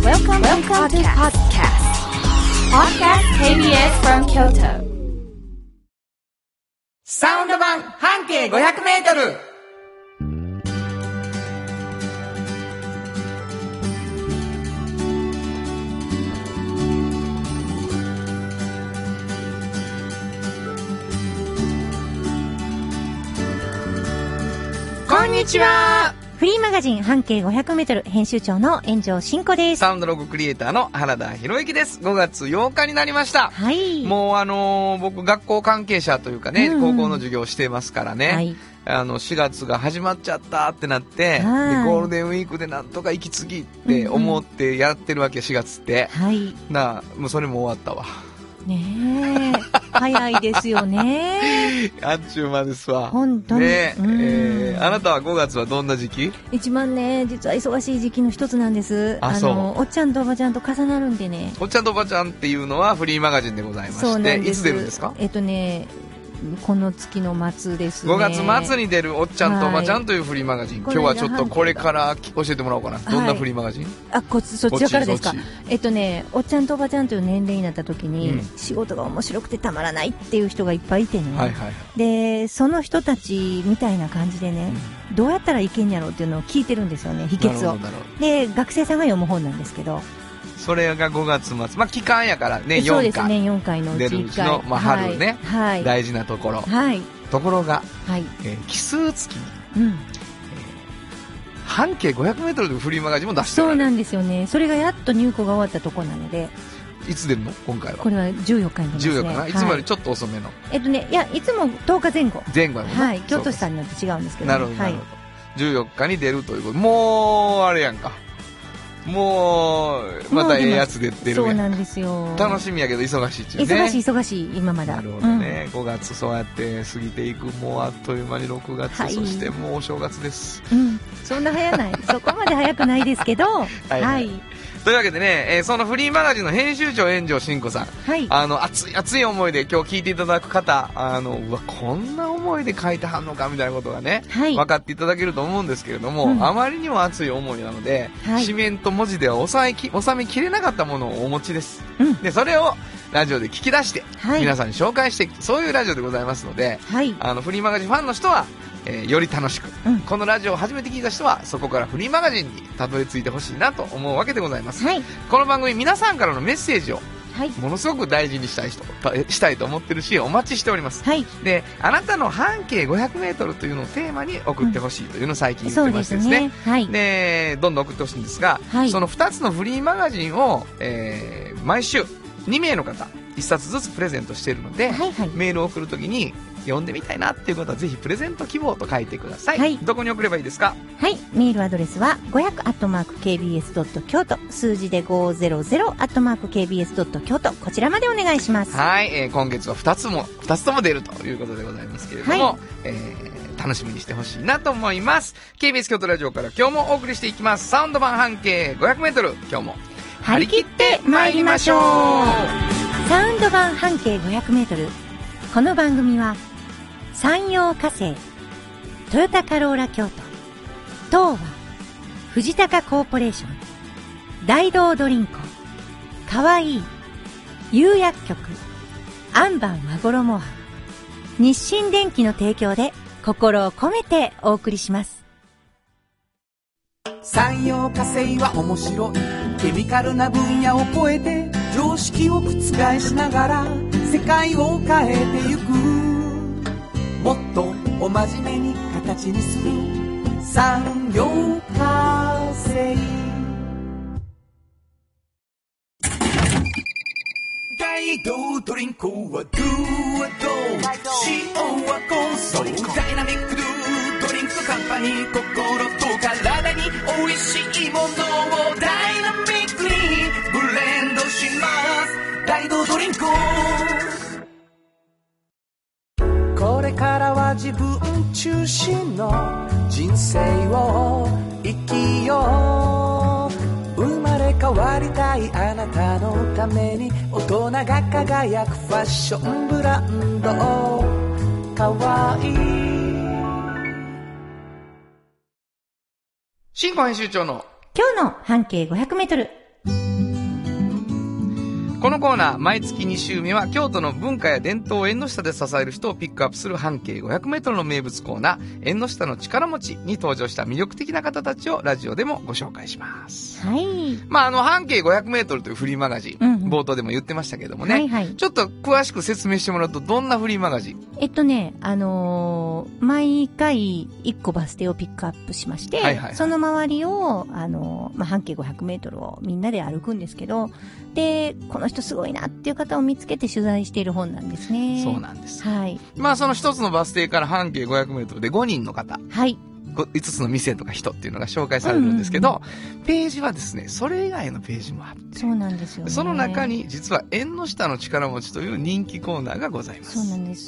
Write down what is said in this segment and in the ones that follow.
Welcome to podcast. Podcast KBS from Kyoto. サウンド版半径500メートル。こんにちは。 フリーマガジン半径500メートル編集長の炎上真子です。 サウンドロゴクリエイターの原田博之です。5月8日になりました。 はい。 もう僕学校関係者というかね、高校の授業をしてますからね。はい。4月が始まっちゃったってなって、でゴールデンウィークでなんとか息継ぎって思ってやってるわけ、4月って。はい。もうそれも終わったわ。 ねえ、早いですよね。 あっちゅう間ですわ。 本当に。 ねあなたは5月はどんな時期？ 一番ね、実は忙しい時期の一つなんです。おっちゃんとおばちゃんと重なるんでね。 おっちゃんとおばちゃんっていうのはフリーマガジンでございまして、 そうなんです。 いつ出るんですか？ この月の末ですね。 5月末に出るおっちゃんとおばちゃんというフリーマガジン、今日はちょっとこれから教えてもらおうかな。どんなフリーマガジン？ そちらからですか。おっちゃんとおばちゃんという年齢になった時に、仕事が面白くてたまらないっていう人がいっぱいいてね、でその人たちみたいな感じでね、どうやったらいけんやろうっていうのを聞いてるんですよね、秘訣を。で学生さんが読む本なんですけど、それが5月末、期間やからね、 そうですね、4回のうち1回出るうちの、春ね、大事なところ、ところが、奇数月に、半径500メートルでフリーマガジンも出してる。 そうなんですよね。それがやっと入稿が終わったところなので。 いつ出るの今回は？これは14日に出ますね。 14日な、いつもよりちょっと遅めの。 いや、いつも10日前後。 前後やもんね。 はい、京都市さんによって違うんですけど。 なるほど、なるほど。14日に出るということ。もう、あれやんか。もうまたええやつ出てるやん。 そうなんですよ。 楽しみやけど忙しいっちゅうね。 忙しい今まだ。 なるほどね、5月そうやって過ぎていく。もうあっという間に6月、そしてもうお正月です。 そんな早ないそこまで早くないですけどはい、 というわけでね、そのフリーマガジンの編集長炎上真子さん、熱い思いで今日聞いていただく方、うわこんな思いで書いてはんのかみたいなことがね、分かっていただけると思うんですけれども、あまりにも熱い思いなので、紙面と文字では収めきれなかったものをお持ちです、でそれをラジオで聞き出して、皆さんに紹介していく、そういうラジオでございますので、フリーマガジンファンの人はより楽しく、このラジオを初めて聞いた人はそこからフリーマガジンにたどり着いてほしいなと思うわけでございます、この番組皆さんからのメッセージをものすごく大事にしたいと思ってるし、お待ちしております、であなたの半径 500m というのをテーマに送ってほしいというのを最近言ってましてですね、でどんどん送ってほしいんですが、その2つのフリーマガジンを、毎週2名の方1冊ずつプレゼントしているので、メールを送るときに読んでみたいなっていう方はぜひプレゼント希望と書いてください、どこに送ればいいですか？ メールアドレスは 500@kbs.kyoto 数字で 500@kbs.kyoto こちらまでお願いします。 今月は2つとも出るということでございますけれども、楽しみにしてほしいなと思います。 KBS 京都ラジオから今日もお送りしていきます。サウンド版半径 500m、 今日も張り切ってまいりましょう。 サウンド版半径 500m、 この番組は山陽火星、トヨタカローラ京都、東和、藤高コーポレーション、大道ドリンコ、かわいい、釉薬局、アンバン和衣は、日清電機の提供で心を込めてお送りします。 山陽火星は面白い、ケミカルな分野を超えて常識を覆しながら世界を変えてゆく、もっとお真面目に形にする産業化成。大道ドリンクはドゥはドゥ、塩はコンソー、ダイナミックドゥドリンクカンパニー、心と体においしいものをダイナミックにブレンドします。大道ドリンク。これからは自分中心の人生を生きよう。生まれ変わりたいあなたのために、大人が輝くファッションブランド、かわいい。 新語編集長の今日の半径500メートル。 このコーナー、毎月2週目は京都の文化や伝統を縁の下で支える人をピックアップする半径500メートルの名物コーナー、縁の下の力持ちに登場した魅力的な方たちをラジオでもご紹介します。 はい。 半径500メートルというフリーマガジン、冒頭でも言ってましたけどもね、はいはい、ちょっと詳しく説明してもらうと、どんなフリーマガジン？ 毎回1個バス停をピックアップしまして、はいはいはい、その周りを、半径500メートルをみんなで歩くんですけど、で、この人すごいなっていう方を見つけて取材している本なんですね。 そうなんです。 はい。 その一つのバス停から半径500メートルで5人の方。 はい。 5つの店とか人っていうのが紹介されるんですけど、ページはですね、それ以外のページもあって。 そうなんですよね。 その中に実は縁の下の力持ちという人気コーナーがございます。 そうなんです。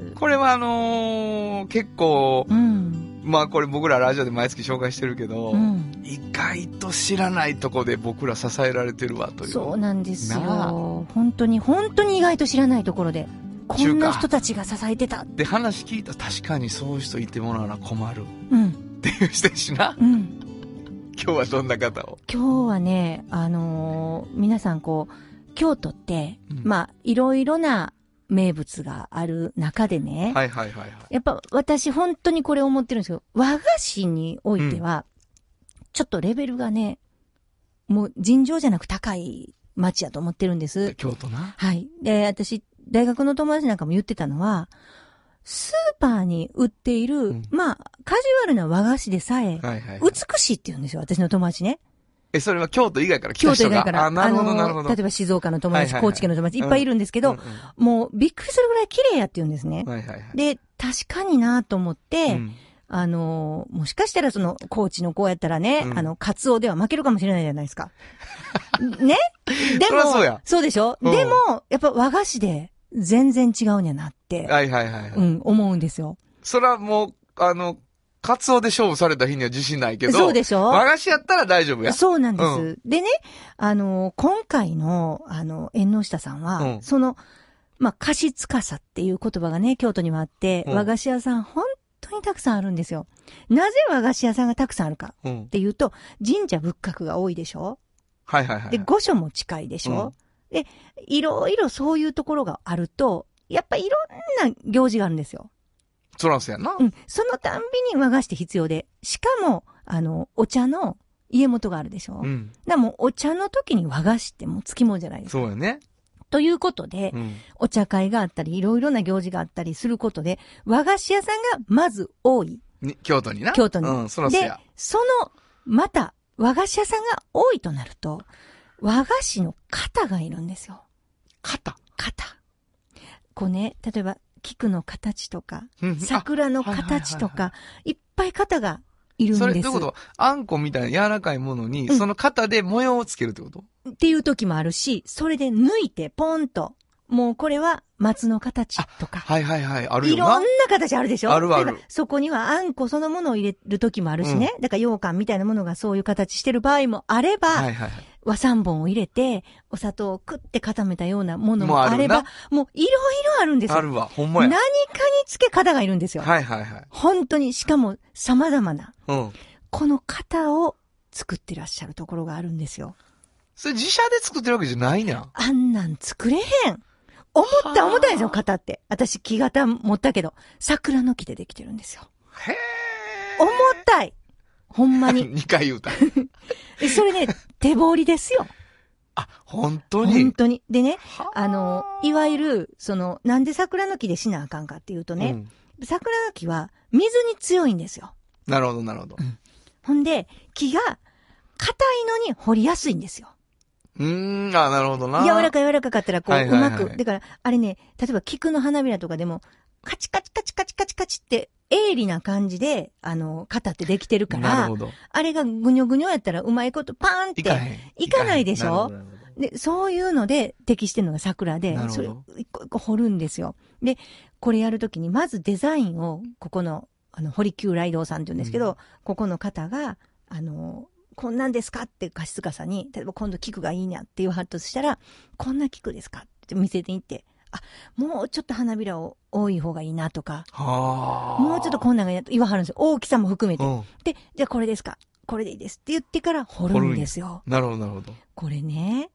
これは結構、これ僕らラジオで毎月紹介してるけど、意外と知らないとこで僕ら支えられてるわという。 そうなんですよ。本当に意外と知らないところで。こんな人たちが支えてた。 で、話聞いたら確かにそういう人いてもらうのは困る。っていう人やしな。今日はどんな方を？今日はね、皆さん京都って、いろいろな名物がある中でね。 はいはいはい。 やっぱ私本当にこれ思ってるんですけど、和菓子においては、ちょっとレベルがね、もう尋常じゃなく高い街やと思ってるんです。 京都な。 はい。で、私、大学の友達なんかも言ってたのは、スーパーに売っている、カジュアルな和菓子でさえ、美しいって言うんですよ、私の友達ね。 それは京都以外から来た人が？ 京都以外から。 なるほど、なるほど。 例えば静岡の友達、高知県の友達、いっぱいいるんですけど、もうびっくりするぐらい綺麗やって言うんですね。で、確かになと思って、もしかしたら高知の子やったらね、カツオでは負けるかもしれないじゃないですか。ね？でも、そうでしょ？でも、やっぱ和菓子で全然違うんやなって。思うんですよ。 それはもう、カツオで勝負された日には自信ないけど。 そうでしょ？ 和菓子やったら大丈夫や。 そうなんです。でね、今回の、縁の下さんは、菓子つかさっていう言葉がね、京都にはあって、和菓子屋さん本当にたくさんあるんですよ。なぜ和菓子屋さんがたくさんあるかっていうと、神社仏閣が多いでしょ？で、御所も近いでしょ？で、いろいろそういうところがあると、やっぱいろんな行事があるんですよ。 そうなんですよな。 そのたんびに和菓子って必要で、しかも、お茶の家元があるでしょ？だもうお茶の時に和菓子ってもうつきもんじゃないですか。 そうよね。 ということで、お茶会があったり、いろいろな行事があったりすることで、和菓子屋さんがまず多い。 京都にな。 京都に。 で、 また、和菓子屋さんが多いとなると、和菓子の型がいるんですよ。 型。 こうね、例えば、菊の形とか、桜の形とか、いっぱい型がいるんです。 それどういうこと？あんこみたいな柔らかいものに、その型で模様をつけるってこと？ っていう時もあるし、それで抜いてポンと、もうこれは松の形とか。 あるよな。 いろんな形あるでしょ？ ある。 そこにはあんこそのものを入れる時もあるしね。だから羊羹みたいなものがそういう形してる場合もあれば、和三本を入れて、お砂糖をくって固めたようなものもあれば、もういろいろあるんですよ。 あるわ、ほんまや。 何かにつけ方がいるんですよ。本当に、しかも様々な、この型を作ってらっしゃるところがあるんですよ。 それ自社で作ってるわけじゃないねん。 あんなん作れへん。思ったんですよ、型って。私、木型持ったけど、桜の木でできてるんですよ。 へー。 重たい。ほんまに。 2回言うた。 それね、手彫りですよ。 あ、本当に？ 本当に。でね、いわゆる、なんで桜の木でしなあかんかっていうとね、桜の木は水に強いんですよ。 なるほど。 ほんで、木が硬いのに掘りやすいんですよ。 なるほどな。 柔らかかったらうまく。だから、あれね、例えば菊の花びらとかでも、カチカチって鋭利な感じで、型ってできてるから、あれがぐにょぐにょやったらうまいことパーンっていかないでしょ？で、そういうので適してるのが桜で、それを一個一個掘るんですよ。で、これやるときに、まずデザインを、ここの、堀久雷道さんって言うんですけど、ここの方が、こんなんですかって貸し塚さんに、例えば今度菊がいいなって言わはるとしたら、こんな菊ですかって見せていって、もうちょっと花びらを多い方がいいなとか、もうちょっとこんなんがいいなと言わはるんですよ。大きさも含めて。で、じゃあこれですか？これでいいですって言ってから掘るんですよ。 なるほど。 これね、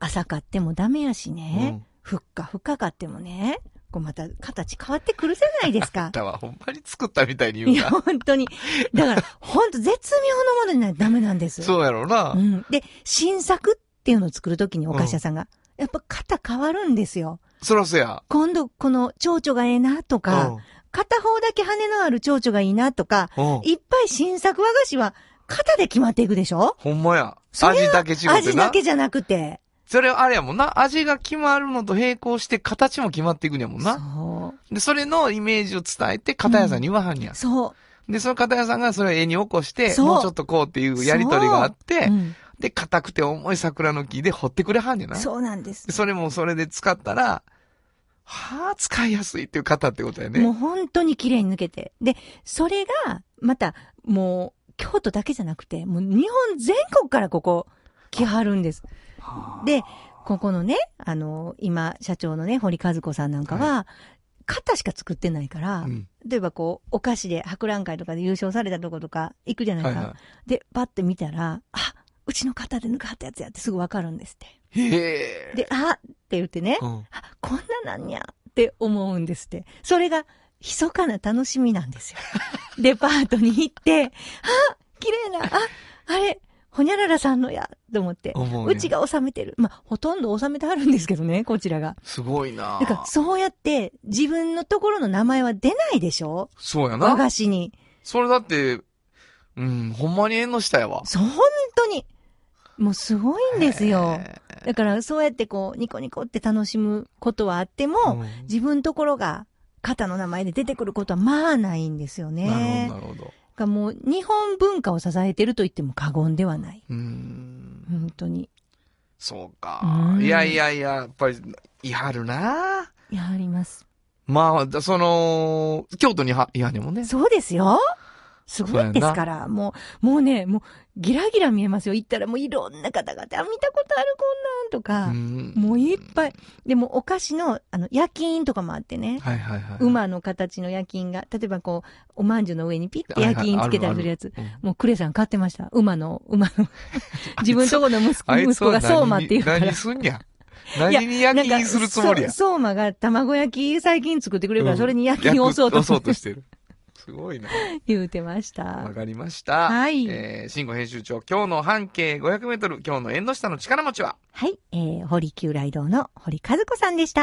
浅かってもダメやしね。ふっか深かってもね。こうまた形変わってくるじゃないですか。 だわ、ほんまに作ったみたいに言うな。 いや、本当に。だから、本当絶妙なものにないとダメなんです。 そうやろうな。 で、新作っていうのを作るときにお菓子屋さんが、やっぱ型変わるんですよ。 そらそや。 今度、この蝶々がええなとか、片方だけ羽のある蝶々がいいなとか、いっぱい新作和菓子は型で決まっていくでしょ？ ほんまや。味だけ違うてな。 味だけじゃなくて。 それあれやもんな。味が決まるのと並行して形も決まっていくんやもんな。 そう。 で、それのイメージを伝えて、型屋さんに言わはんや。 そう。 で、その型屋さんがそれを絵に起こして、もうちょっとこうっていうやりとりがあって、で、硬くて重い桜の木で彫ってくれはんやな。 そうなんです。 でそれもそれで使ったら、使いやすいっていう型ってことやね。 もう本当に綺麗に抜けて。で、それが、また、もう、京都だけじゃなくて、もう日本全国からここ、来はるんです。で、ここのね、今、社長のね、堀和子さんなんかは、型しか作ってないから、例えばこう、お菓子で博覧会とかで優勝されたとことか行くじゃないか。で、パッて見たら、うちの型で抜かはったやつやってすぐわかるんですって。 へー。 で、って言ってね、こんななんやって思うんですって。それが、密かな楽しみなんですよ。デパートに行って、綺麗な、あれ、ほにゃららさんのや、と思って。うちが収めてる。ほとんど収めてあるんですけどね、こちらが。 すごいな。 だから、そうやって、自分のところの名前は出ないでしょ？ そうやな。 和菓子に。 それだって、ほんまに縁の下やわ。 そう、本当に。もうすごいんですよ。だから、そうやってこう、ニコニコって楽しむことはあっても、自分のところが、型の名前で出てくることはまあないんですよね。 なるほど。 もう日本文化を支えてると言っても過言ではない。本当に。 そうか。いや、やっぱり、いはるな。 いはります。 京都にいはねもんね。 そうですよ。すごいですから、もうね、ギラギラ見えますよ。行ったらもういろんな方々、見たことあるこんなんとか、もういっぱい。でもお菓子の、焼き印とかもあってね。馬の形の焼き印が、例えばこう、おまんじゅうの上にピッて焼き印つけたりするやつ。もうクレさん買ってました。馬の、自分とこの息子が相馬っていうから。 何すんや。何に焼き印するつもりや。 相馬が卵焼き最近作ってくれるから、それに焼き印を押そうとしてる。すごいな。 言うてました。 わかりました。はい。慎吾編集長、今日の半径500メートル、今日の縁の下の力持ちは？ はい。堀九来堂の堀和子さんでした。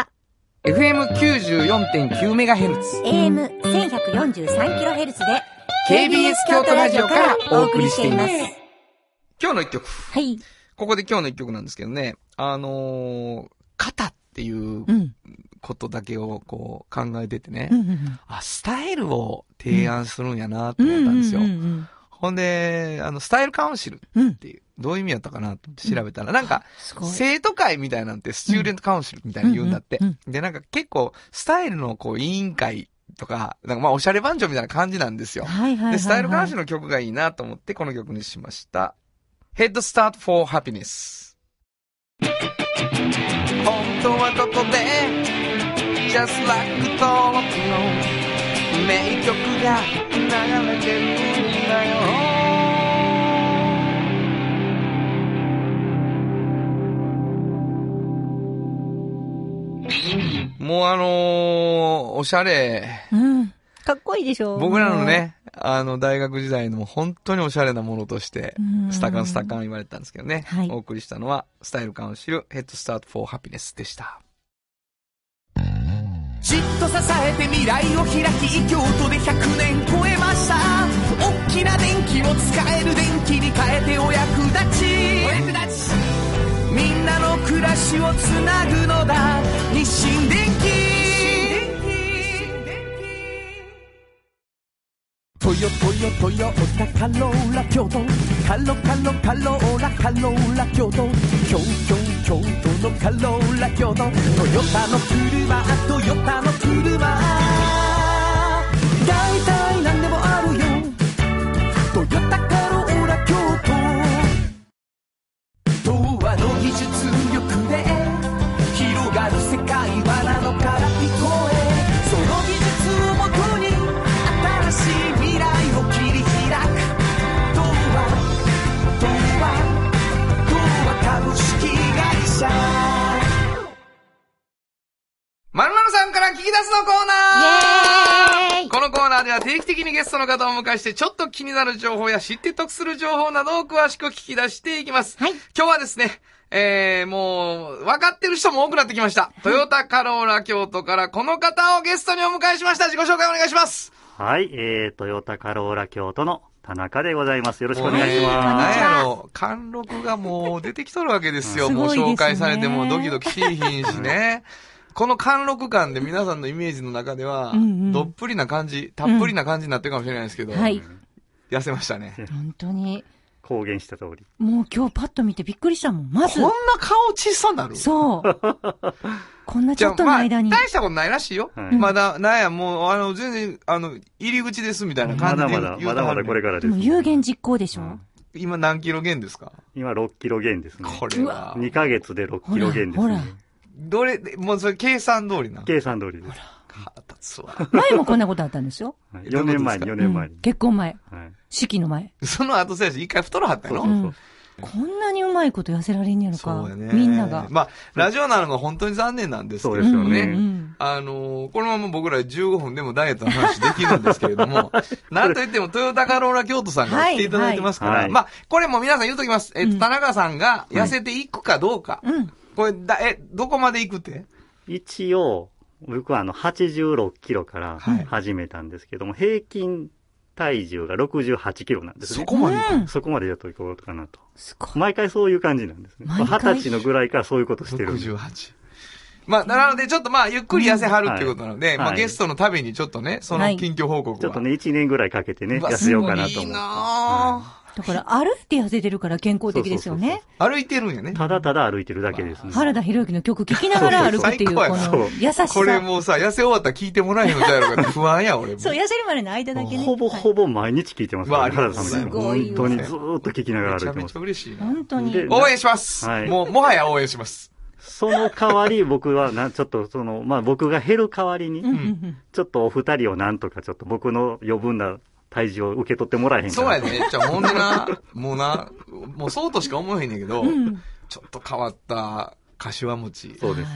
FM94.9 メガヘルツ。 AM1143 キロヘルツで、 KBS 京都ラジオからお送りしています。今日の一曲。 はい。 ここで今日の一曲なんですけどね、型っていうことだけをこう考えててね、スタイルを提案するんやなと思ったんですよ。ほんで、スタイルカウンシルっていう、どういう意味やったかなと思って調べたら、なんか、生徒会みたいなんてスチューデントカウンシルみたいに言うんだって。で、なんか結構、スタイルのこう委員会とか、なんかおしゃれ番長みたいな感じなんですよ。で、スタイルカウンシルの曲がいいなと思ってこの曲にしました。Head Start for Happiness。本当はここで Just Like 登録の名曲が流れてるんだよ。もうおしゃれ。 かっこいいでしょ。 僕らのね、大学時代の本当におしゃれなものとして、スタカン言われてたんですけどね。お送りしたのは、スタイルカウンシル、Head Start for Happiness でした。 じっと支えて未来を開き、京都で100年超えました。大きな電気を使える電気に変えてお役立ち。みんなの暮らしをつなぐのだ、日清電気。トヨタカローラ京都、カローラ京都、京都のカローラ京都、トヨタの車、大体何でもあるよ、トヨタカローラ京都。童話の技術力で広がる世界はなのから聞こえ、その技術をもとに新しい未来を切り開く。童話株式会社。 は定期的にゲストの方をお迎えして、ちょっと気になる情報や知って得する情報などを詳しく聞き出していきます。はい。今日はですね、もう、分かってる人も多くなってきました。トヨタカローラ京都からこの方をゲストにお迎えしました。自己紹介お願いします。 はい、トヨタカローラ京都の田中でございます。よろしくお願いします。 何やろ、貫禄がもう出てきとるわけですよ。もう紹介されてもドキドキしいひんしね。この貫禄感で皆さんのイメージの中では、どっぷりな感じ、たっぷりな感じになってるかもしれないですけど、はい。痩せましたね。 本当に。 公言した通り。 もう今日パッと見てびっくりしたもん。まず。 こんな顔小さなる？ そう。こんなちょっとの間に。 まあ、大したことないらしいよ。はい、まだ、なんや、もう、全然、入り口ですみたいな感じで。 まだまだこれからです。 でも有言実行でしょ、 今何キロ減ですか？ 今6キロ減ですね。 これは。 2ヶ月で6キロ減ですね。ほら。 もうそれ計算通りな。 計算通りです。 腹立つわ。 前もこんなことあったんですよ。 4年前に。 結婚前。式の前。 その後そうやし、一回太らはったの？ そう。 こんなにうまいこと痩せられんやろか。そうやね。みんなが。 まあ、ラジオなのが本当に残念なんですけどね。そうですよね。このまま僕ら15分でもダイエットの話できるんですけれども、なんといってもトヨタカローラ京都さんが来ていただいてますから、まあ、これも皆さん言うときます。田中さんが痩せていくかどうか。これ、どこまでいくって？ 一応、僕は86キロから始めたんですけども、平均体重が68キロなんですね。 そこまでそこまでやっといこうかなと。毎回そういう感じなんですね。20歳のぐらいからそういうことしてる。 68。まあ、なので、ちょっとまあ、ゆっくり痩せはるっていうことなので、まあ、ゲストのためにちょっとね、その近況報告を。 ちょっとね、1年ぐらいかけてね、痩せようかなと思う。 いいなぁ。 だから歩いて痩せてるから健康的ですよね。 歩いてるんやね。 ただただ歩いてるだけですね。 原田博之の曲聴きながら歩くっていう、この優しさ。 これもうさ、痩せ終わったら聞いてもらえへんのじゃやろかって不安や、俺も。 そう、痩せるまでの間だけね。 ほぼ毎日聞いてますからね、原田さんみたいな。 すごい。 本当にずーっと聞きながら歩いてます。 めちゃめちゃ嬉しいな。 本当に。 応援します。もはや応援します。 その代わり僕はちょっとまあ僕が減る代わりに、ちょっとお二人をなんとかちょっと僕の余分な体重を受け取ってもらえへんかそうやね。じゃあほんでな、もうそうとしか思えへんねんけど、ちょっと変わった柏餅。 そうです。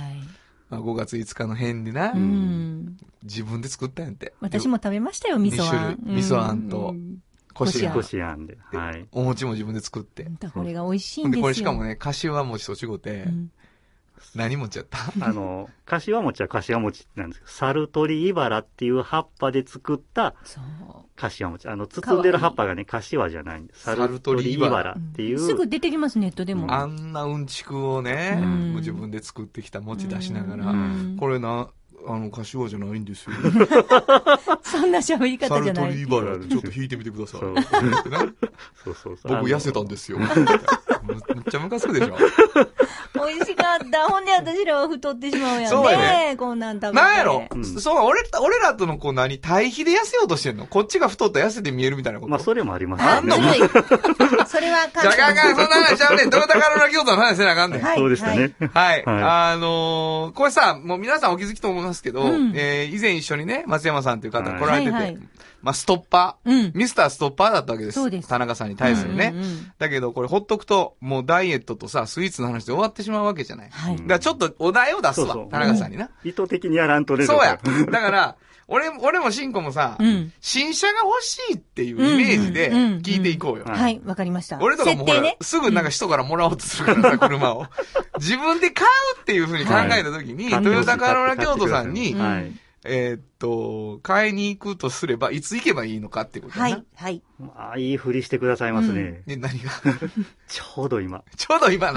5月5日の辺でな、自分で作ったんやって。 私も食べましたよ、味噌あん。 味噌あんと、こしあんで。はい。 お餅も自分で作って。 これが美味しいんですよ。 これしかもね、柏餅と違って、何餅やった？ 柏餅は柏餅なんですけど、サルトリイバラっていう葉っぱで作った柏餅。包んでる葉っぱがね、柏じゃないんです。サルトリイバラっていう。 すぐ出てきます、ネットでも。 あんなうんちくをね、もう自分で作ってきた餅出しながら、これ柏じゃないんですよ。 そんな喋り方じゃない。 サルトリイバラでちょっと引いてみてください。そう。僕痩せたんですよ。めっちゃムカつくでしょ。 美味しかった。ほんで私らは太ってしまうやんね。 そうやね。 こんなん食べて。 なんやろ、そう、俺らとの対比で痩せようとしてんの？こっちが太ったら痩せて見えるみたいなこと？ まあ、それもありますね。それはじゃあ、そんな話しちゃうね。トヨタカローラ京都の話せなあかんねん。 そうでしたね。 はい。これさ、もう皆さんお気づきと思いますけど、以前一緒にね、松山さんという方来られてて、まあ、ストッパー、ミスターストッパーだったわけです。 そうです。 田中さんに対するね。だけど、これほっとくと、もうダイエットとさ、スイーツの話で終わってしまうわけじゃない。はい。だからちょっとお題を出すわ、田中さんにな。 意図的にやらんとね。 そうや。だから、俺もシンコもさ、新車が欲しいっていうイメージで聞いていこうよ。 はい、わかりました。 俺とかもほら、すぐなんか人からもらおうとするからさ、車を。自分で買うっていうふうに考えたときに、トヨタカローラ京都さんに、買いに行くとすれば、いつ行けばいいのかっていうことだな。 はい。 まあ、いいふりしてくださいますね。 何がちょうど今。 ちょうど今。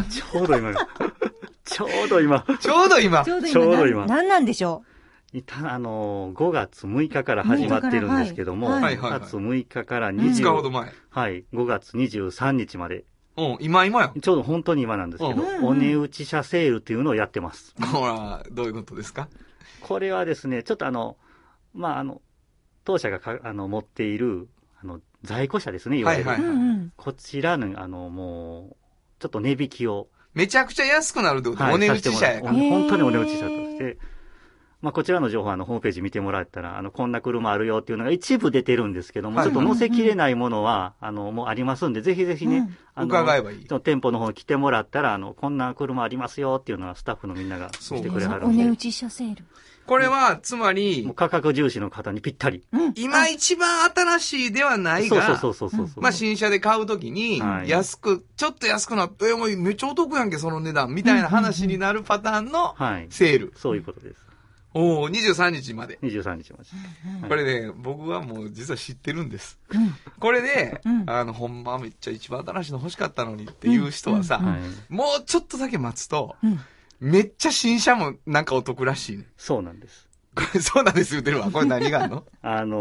何なんでしょう 5月6日から始まってるんですけども、5月6日から 2日ほど前。 はい、5月23日まで。 今や。 ちょうど本当に今なんですけど、お値打ち車セールっていうのをやってます。 ほら、どういうことですか？ これはですね、ちょっと当社が持っている、在庫車ですね、いわゆる。こちらの、もう、ちょっと値引きを。 めちゃくちゃ安くなるってこと？お値打ち車やから。 本当にお値打ち車として。 まあ、こちらの情報はホームページ見てもらったら、こんな車あるよっていうのが一部出てるんですけども、ちょっと載せきれないものは、もうありますんで、ぜひぜひね、 伺えばいい。 店舗の方に来てもらったら、こんな車ありますよっていうのはスタッフのみんながしてくれはるんで。 お値打ち車セール。 これは、つまり、 もう価格重視の方にぴったり。 今一番新しいではないが、 そう。 まあ新車で買うときに、ちょっと安くなって、もうめっちゃお得やんけ、その値段、みたいな話になるパターンのセール。 そういうことです。 おー、23日まで。 23日まで。 これね、僕はもう実は知ってるんです。これで、ほんまめっちゃ一番新しいの欲しかったのにっていう人はさ、もうちょっとだけ待つと、めっちゃ新車もなんかお得らしいね。 そうなんです。 これそうなんです言ってるわ。これ何があんの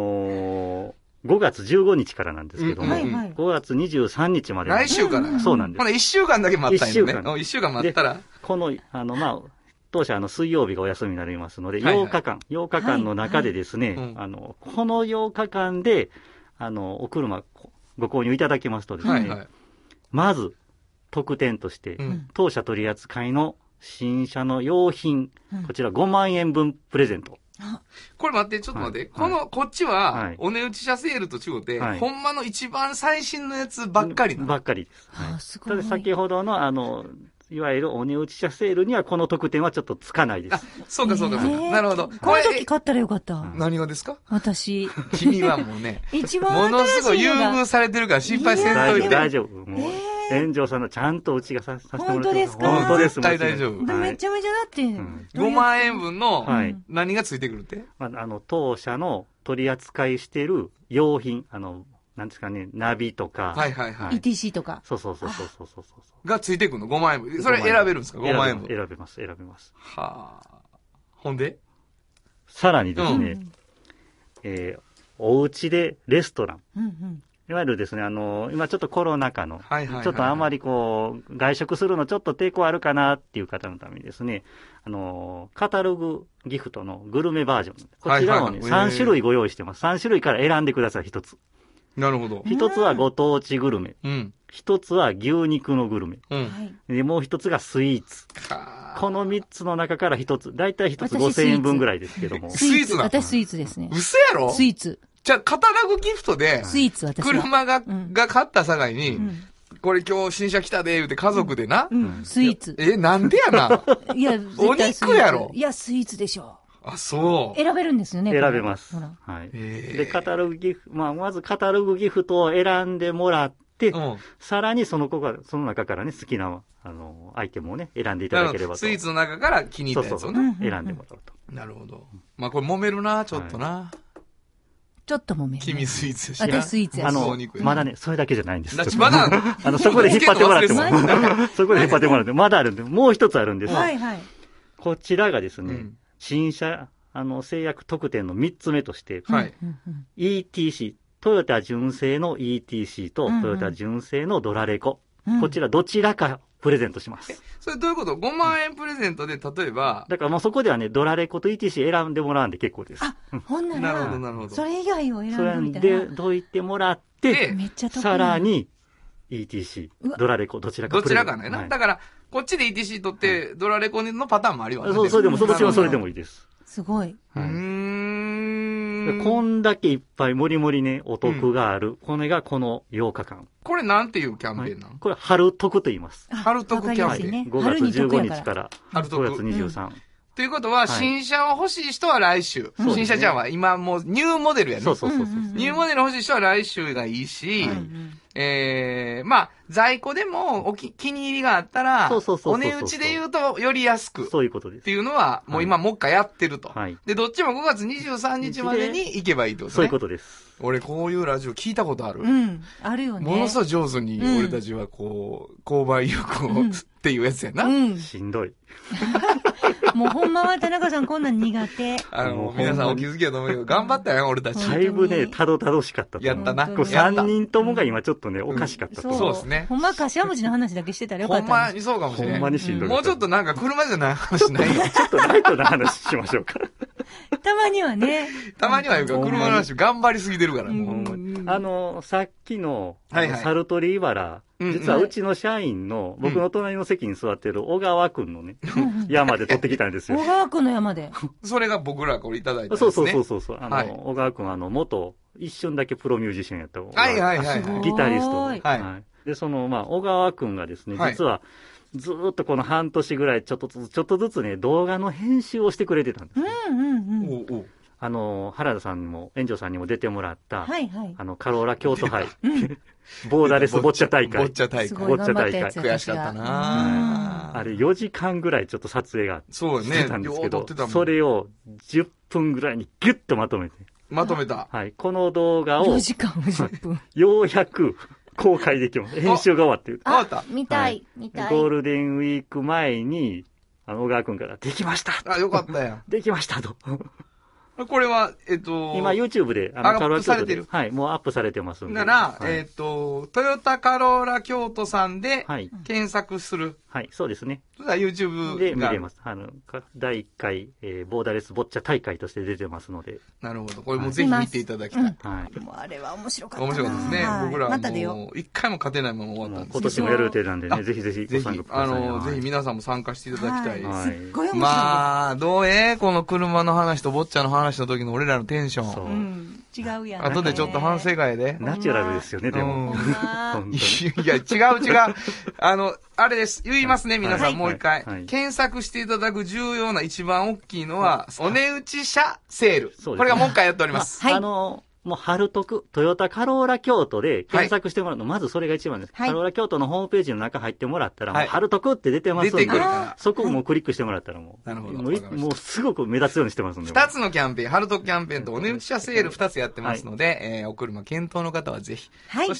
5月15日からなんですけども、5月23日まで。 来週から。 そうなんです。 ほな1週間だけ待ったんよね。1週間待ったら。 この、まあ、当社水曜日がお休みになりますので、8日間の中でですね、この8日間で、お車ご購入いただきますとですね、まず、特典として、当社取り扱いの新車の用品、こちら5万円分プレゼント。 これ待って、ちょっと待って。こっちは、お値打ち車セールと違って、ほんまの一番最新のやつばっかりなの。 ばっかりです。ただ先ほどの、いわゆるお値打ち車セールにはこの特典はちょっとつかないです。 あ、そうか。なるほど。 この時買ったらよかった。 何がですか？ 私。 君はもうね、 一番ものすごい優遇されてるから心配せんといて。 大丈夫。もう、炎上さんのちゃんとうちがさせてもらって。 本当ですか？ 本当です。 絶対大丈夫。 めちゃめちゃだって。 5万円分の何がついてくるって？ 当社の取り扱いしている用品、なんですかね、ナビとか。 ETC とか。 そう。 がついてくるの ?5 万円分。それ選べるんですか ?5 万円分。 選べます。 はあ。ほんでさらにですね、お家でレストラン。いわゆるですね、今ちょっとコロナ禍の、ちょっとあまりこう、外食するのちょっと抵抗あるかなっていう方のためにですね、カタログギフトのグルメバージョン。こちらをね、3種類ご用意してます。3種類から選んでください、1つ。 なるほど。 一つはご当地グルメ。一つは牛肉のグルメ。で、もう一つがスイーツ。この3つの中から一つ。だいたい一つ5000円分ぐらいですけども。 スイーツだ。 私スイーツですね。 嘘やろ？ スイーツ。 じゃあ、カタログギフトで、 スイーツ私車が買ったさかいに、これ今日新車来たで、言うて家族でな。 スイーツ。 なんでやな。 いや、 お肉やろ。 いや、スイーツでしょ。 あ、そう。 選べるんですよね。 選べます。はい。で、カタログギフト、まずカタログギフトを選んでもらって、さらにその中からね、好きな、アイテムをね、選んでいただければと。 スイーツの中から気に入ったやつをね。 選んでもらうと。 なるほど。まあ、これ揉めるな、ちょっとな。 ちょっと揉める。 君スイーツやし。 私スイーツやし。 まだね、それだけじゃないんです。 まだそこで引っ張ってもらっても。そこで引っ張ってもらって、まだあるんで、もう一つあるんです。 はい。 こちらがですね、新車、制約特典の3つ目として、ETC、トヨタ純正の ETC とトヨタ純正のドラレコ。こちらどちらかプレゼントします。 それどういうこと ?5 万円プレゼントで、例えば。 だからもうそこではね、ドラレコと ETC 選んでもらうんで結構です。 あ、ほんなら。 なるほど。 それ以外を選んでみたいな。 で、どいてもらって、さらに ETC、ドラレコ、どちらかプレゼント。 どちらかね。だから、こっちで ETC 取って、ドラレコのパターンもありますね。 そう、それでも、そっちはそれでもいいです。 すごい。 こんだけいっぱいもりもりね、お得がある。これがこの8日間。 これなんていうキャンペーンなの？ これ春得と言います。 春得キャンペーン。 5月15日から5月23。 ということは、新車を欲しい人は来週。新車じゃんは今もうニューモデルやね。 そう。 ニューモデル欲しい人は来週がいいし、まあ、在庫でも気に入りがあったら、お値打ちで言うとより安く。 そういうことです。 っていうのは、もう今もう一回やってると。で、どっちも5月23日までに行けばいいってことね。 そういうことです。 俺こういうラジオ聞いたことある。 あるよね。 ものすごい上手に俺たちはこう、購買意欲をっていうやつやな。 しんどい。 もうほんまは田中さんこんなん苦手。 皆さんお気づきやと思うけど、頑張ったよ、俺たち。 だいぶね、たどたどしかった。 やったな。 3人ともが今ちょっとね、おかしかった。 そうですね。 ほんま柏餅の話だけしてたらよかった。 ほんまにそうかもしれない。 ほんまにしんどい。 もうちょっとなんか車じゃない話ないちょっとライトな話しましょうか。 たまにはね。 たまには言うか、車の話頑張りすぎてるから。 さっきの、サルトリイバラ実はうちの社員の、僕の隣の席に座ってる小川くんのね、山で取ってきたんですよ。 小川くんの山で。 それが僕らこれいただいたんですね。 そう。小川くん元、一瞬だけプロミュージシャンやった。 はいはい。 ギタリスト。 はい。 で、小川くんがですね、実は、ずーっとこの半年ぐらいちょっとずつね、動画の編集をしてくれてたんです。原田さんにも、園長さんにも出てもらった、カローラ京都杯、ボーダレスボッチャ大会。 ボッチャ大会。悔しかったなあれ4時間ぐらいちょっと撮影がしてたんですけど、それを10分ぐらいにギュッとまとめて。 まとめた。 はい。この動画を、 4時間10分。 ようやく公開できます。編集が終わってる。 終わった。 見たい。 ゴールデンウィーク前に、小川くんから、できました。 よかったやん。 できましたと。 これは、 今 YouTube で、 アップされてる。 はい、もうアップされてますんで。 なら、トヨタカローラ京都さんで、検索する。 はい、そうですね。 それは YouTube で見れます。第1回、ボーダレスボッチャ大会として出てますので。 なるほど。これもぜひ見ていただきたい。 はい。もうあれは面白かった。 面白かったですね。僕らはもう、一回も勝てないまま終わったんです。 今年もやる予定なんでね、ぜひご参加ください。 ぜひ皆さんも参加していただきたい。 すっごい面白い。 まあ、どうこの車の話とボッチャの話の時の俺らのテンション。違うやん。 後でちょっと反省会で。 ナチュラルですよね、でも。 いや、違う。あれです。言いますね、皆さん、もう一回。検索していただく重要な一番大きいのは、お値打ち車セール。これがもう一回やっております。 はい。 もう、春徳、トヨタカローラ京都で検索してもらうの、まずそれが一番です。カローラ京都のホームページの中入ってもらったら、もう、春徳って出てますんで、そこをもうクリックしてもらったらもう、もうすごく目立つようにしてますんで。 二つのキャンペーン、春徳キャンペーンとお値打ち車セール二つやってますので、お車検討の方はぜひ。そして、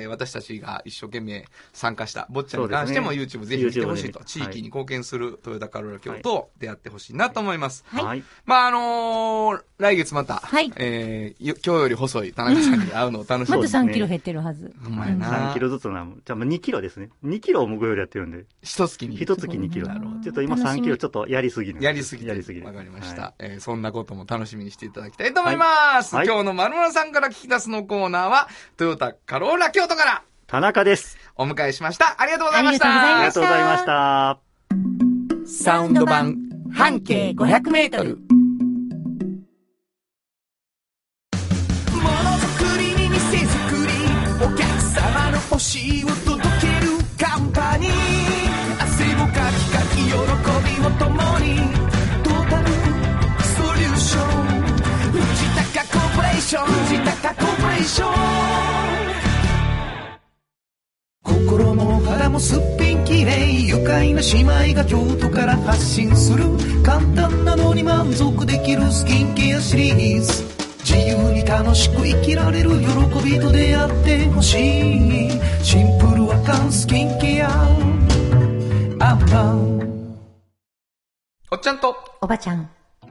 私たちが一生懸命参加したボッチャに関しても YouTube ぜひ見てほしいと。地域に貢献するトヨタカローラ京都を出会ってほしいなと思います。 はい。 まあ、来月また、今日より細い田中さんに会うのを楽しみに。 また3キロ減ってるはず。 ほんまやな。 3キロずつな。じゃあ2キロですね。2キロを向こうよりやってるんで。 一月に 2キロ。ちょっと今3キロちょっとやりすぎる。 やりすぎ。わかりました。そんなことも楽しみにしていただきたいと思います。今日の丸村さんから聞き出すのコーナーは、トヨタカローラ京都から、 田中です。 お迎えしました。ありがとうございました。 ありがとうございました。 サウンド版半径500メートル。 お客様の欲しいを届けるカンパニー、汗をかきかき喜びを共にトータルソリューション、藤高コーポレーション、藤高コーポレーション。心も肌もすっぴんきれい、愉快な姉妹が京都から発信する、簡単なのに満足できるスキンケアシリーズ。自由に楽しく生きられる喜びと出会ってほしい、シンプルアカンスキンケアアンパン。 おっちゃんとおばちゃん。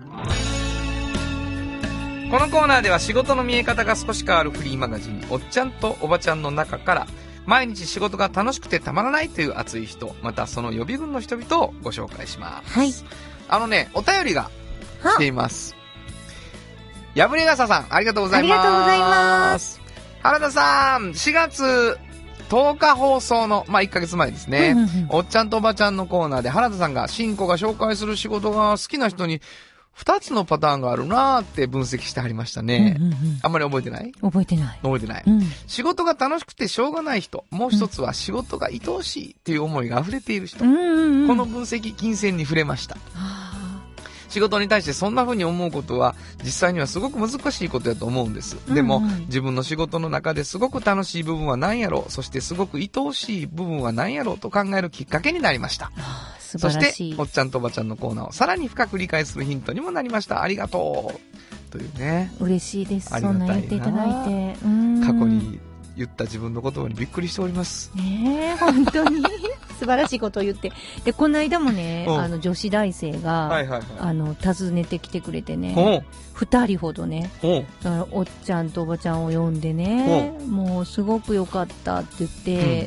このコーナーでは仕事の見え方が少し変わるフリーマガジンおっちゃんとおばちゃんの中から、毎日仕事が楽しくてたまらないという熱い人、またその予備軍の人々をご紹介します。 はい。 お便りが来ています。やぶれがささん、ありがとうございます。 ありがとうございます。 原田さん、4月10日放送の、1ヶ月前ですね。おっちゃんとおばちゃんのコーナーで原田さんが、しんこが紹介する仕事が好きな人に2つのパターンがあるなーって分析してはりましたね。あんまり覚えてない？ 覚えてない。 仕事が楽しくてしょうがない人。もう一つは仕事が愛おしいっていう思いが溢れている人。この分析、金銭に触れました。仕事に対してそんな風に思うことは実際にはすごく難しいことだと思うんです。でも、自分の仕事の中ですごく楽しい部分は何やろう、そしてすごく愛おしい部分は何やろうと考えるきっかけになりました。 素晴らしい。 そしておっちゃんとおばちゃんのコーナーをさらに深く理解するヒントにもなりました。ありがとうというね。 嬉しいです。そんな言っていただいて。 過去に言った自分の言葉にびっくりしております。 本当に素晴らしいことを言って。で、この間もね、女子大生が、訪ねてきてくれてね、2人ほどね、だからおっちゃんとおばちゃんを呼んでね、もうすごく良かったって言って、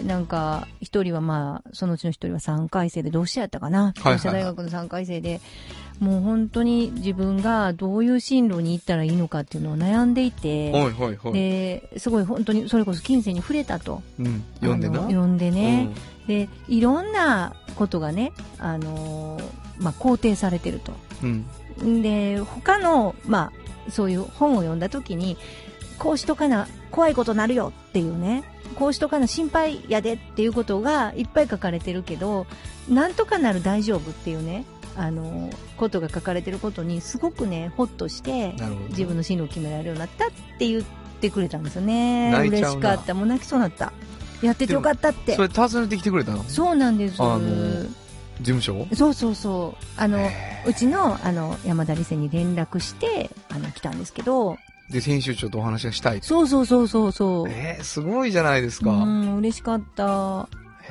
なんか、一人はそのうちの一人は3回生で、同志社やったかな、同志社大学の3回生で、 もう本当に自分がどういう進路に行ったらいいのかっていうのを悩んでいて、ですごい本当にそれこそ近世に触れたと。 読んでな。 読んでね。で、いろんなことがね、肯定されてると。で、他の、そういう本を読んだ時に、こうしとかな、怖いことなるよっていうね、こうしとかな心配やでっていうことがいっぱい書かれてるけど、なんとかなる大丈夫っていうね、ことが書かれてることにすごくね、ほっとして、自分の進路を決められるようになったって言ってくれたんですよね。嬉しかった。もう泣きそうになった。やっててよかったって。 それ訪ねてきてくれたの？ そうなんです。 事務所？ そう。うちの、山田理瀬に連絡して、来たんですけど、 で、編集長とお話がしたい。 そう。 すごいじゃないですか。 嬉しかった。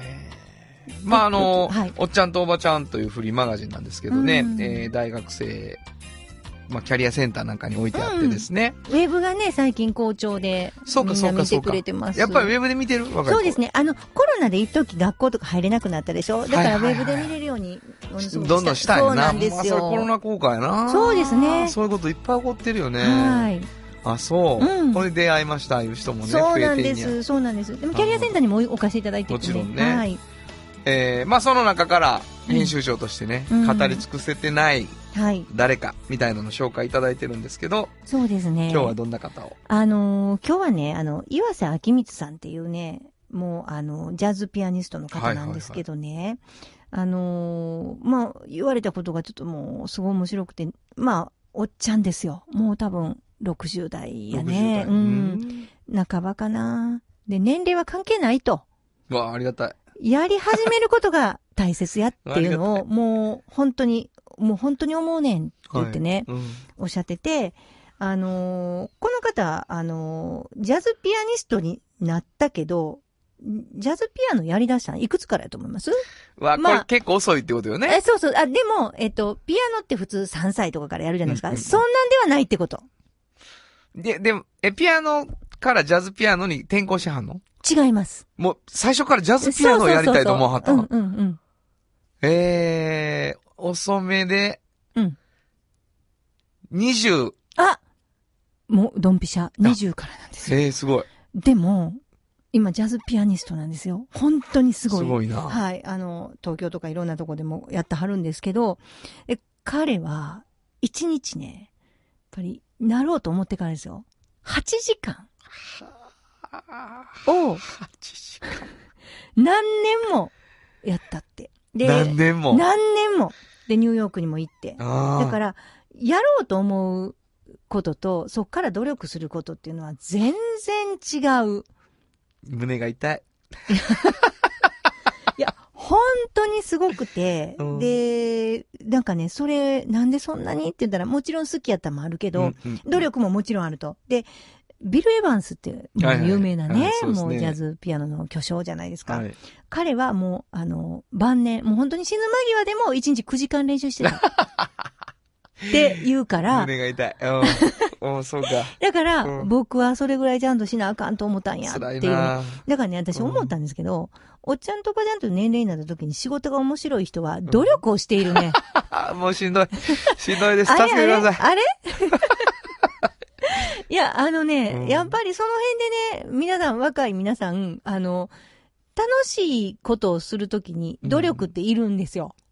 おっちゃんとおばちゃんというフリーマガジンなんですけどね、大学生、キャリアセンターなんかに置いてあってですね。 ウェブがね、最近好調で、みんな見てくれてます。 やっぱりウェブで見てる？ そうですね。コロナで一時学校とか入れなくなったでしょ？だからウェブで見れるように、 どんどんしたいな。 そうなんですよ。 それコロナ効果やな。 そうですね。 そういうこといっぱい起こってるよね。 はい。 あ、そう。これ出会いましたいう人もね、 そうなんです。でもキャリアセンターにもお貸しいただいててね。 もちろんね。はい。その中から編集長としてね、語り尽くせてない誰かみたいなのを紹介いただいてるんですけど、 そうですね。 今日はどんな方を？ 今日はね、岩瀬明光さんっていうね、もうジャズピアニストの方なんですけどね、言われたことがちょっともうすごい面白くて、おっちゃんですよ。もう多分60代やね。半ばかな。で、年齢は関係ないと。 わあ、ありがたい。 やり始めることが大切やっていうのを、もう本当に思うねんって言ってね、おっしゃってて、この方、ジャズピアニストになったけど、ジャズピアノやり出したのいくつからやと思います？ これ結構遅いってことよね。 そう。でも、ピアノって普通3歳とかからやるじゃないですか。そんなんではないってこと。 でも、ピアノからジャズピアノに転校しはんの？ 違います。 もう、最初からジャズピアノをやりたいと思わはったの？遅めで、20。 もう、ドンピシャ、20からなんですよ。 すごい。 でも、今、ジャズピアニストなんですよ。本当にすごい。 すごいな。 はい。東京とかいろんなとこでもやってはるんですけど、彼は、1日ね、やっぱり、なろうと思ってからですよ。8時間。を、何年もやったって。で、 何年も。 で、ニューヨークにも行って。だから、やろうと思うことと、そっから努力することっていうのは全然違う。 胸が痛い。 いや、本当にすごくて、で、なんかね、それ、なんでそんなにって言ったら、もちろん好きやったもあるけど、努力ももちろんあると。で、ビル・エヴァンスって、もう有名なね、もうジャズピアノの巨匠じゃないですか。彼はもう、晩年、もう本当に死ぬ間際でも1日9時間練習してた。って言うから。 胸が痛い。そうか。 だから、僕はそれぐらいちゃんとしなあかんと思ったんやっていう、ね。だからね、私思ったんですけど、おっちゃんとかちゃんと年齢になった時に仕事が面白い人は努力をしているね。 もうしんどい。しんどいです。助けてください。 あれいや、やっぱりその辺でね、若い皆さん、楽しいことをするときに努力っているんですよ。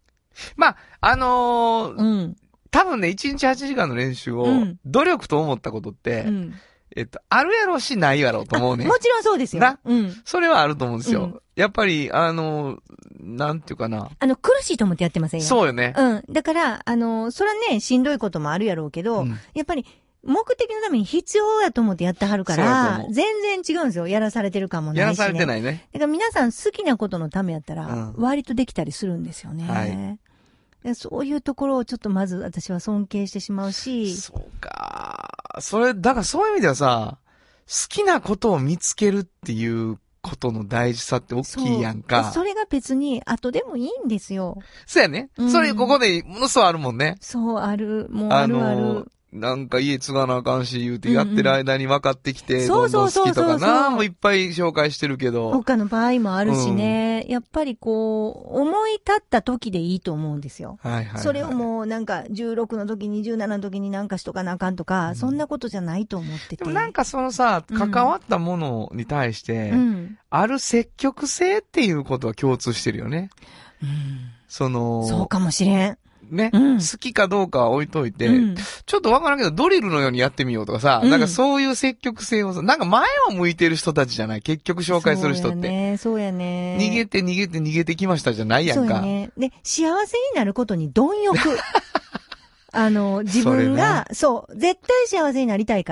多分ね、1日8時間の練習を、努力と思ったことって、あるやろうしないやろうと思うね。 もちろんそうですよ。 それはあると思うんですよ。やっぱり、なんていうかな。 苦しいと思ってやってませんよ。 そうよね。 だから、それはね、しんどいこともあるやろうけど、やっぱり、目的のために必要やと思ってやってはるから、全然違うんですよ。やらされてる感もないし、ね。 やらされてないね。 だから皆さん好きなことのためやったら、割とできたりするんですよね。そういうところをちょっとまず私は尊敬してしまうし。 そうか。だからそういう意味ではさ、好きなことを見つけるっていうことの大事さって大きいやんか。 それが別に後でもいいんですよ。 そうやね。それここでものすごいあるもんね。 そう、ある。もうある。 なんか家継がなあかんし言うてやってる間に分かってきて、どんどん好きとかな、もういっぱい紹介してるけど。 他の場合もあるしね、やっぱりこう、思い立った時でいいと思うんですよ。はいはいはい、それをもうなんか16の時に17の時になんかしとかなあかんとか、そんなことじゃないと思ってて。 でもなんかそのさ、関わったものに対して、ある積極性っていうことは共通してるよね。 そうかもしれん。 ね、好きかどうかは置いといて、ちょっとわからんけどドリルのようにやってみようとかさ、なんかそういう積極性をさ、なんか前を向いてる人たちじゃない？結局紹介する人って。 そうやね。 逃げてきましたじゃないやんか。 そうやね。で、幸せになることに貪欲。自分が、絶対幸せになりたいから、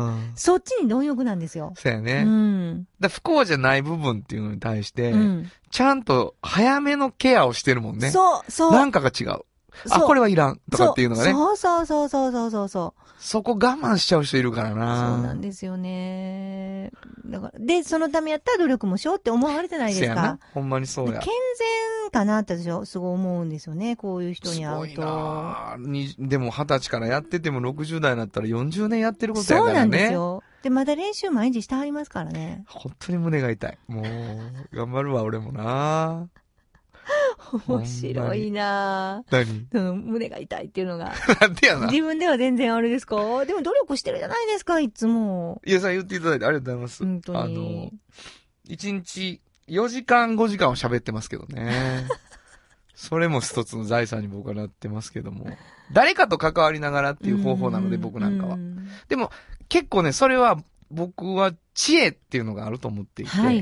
そっちに貪欲なんですよ。 そうやね。不幸じゃない部分っていうのに対して、ちゃんと早めのケアをしてるもんね。そう。なんかが違う。これはいらんとかっていうのがね。 そう。 そこ我慢しちゃう人いるからな。 そうなんですよね。だから、で、そのためやったら努力もしようって思われてないですか？ な。ほんまにそうや。 健全かなって私はすごい思うんですよね。こういう人に会うと。 すごいなでも20歳からやってても60代になったら40年やってることやからね。 そうなんですよ。で、まだ練習毎日してはりますからね。 本当に胸が痛い。もう、頑張るわ、俺もな面白いなぁ。 何？胸が痛いっていうのが。 なんでやな。 自分では全然あれですか？でも努力してるじゃないですか、いつも。 いや、さん言っていただいてありがとうございます。 本当に。 1日4時間5時間は喋ってますけどね。それも一つの財産に僕はなってますけども。誰かと関わりながらっていう方法なので、僕なんかは。でも、結構ね、それは、僕は知恵っていうのがあると思っていて、その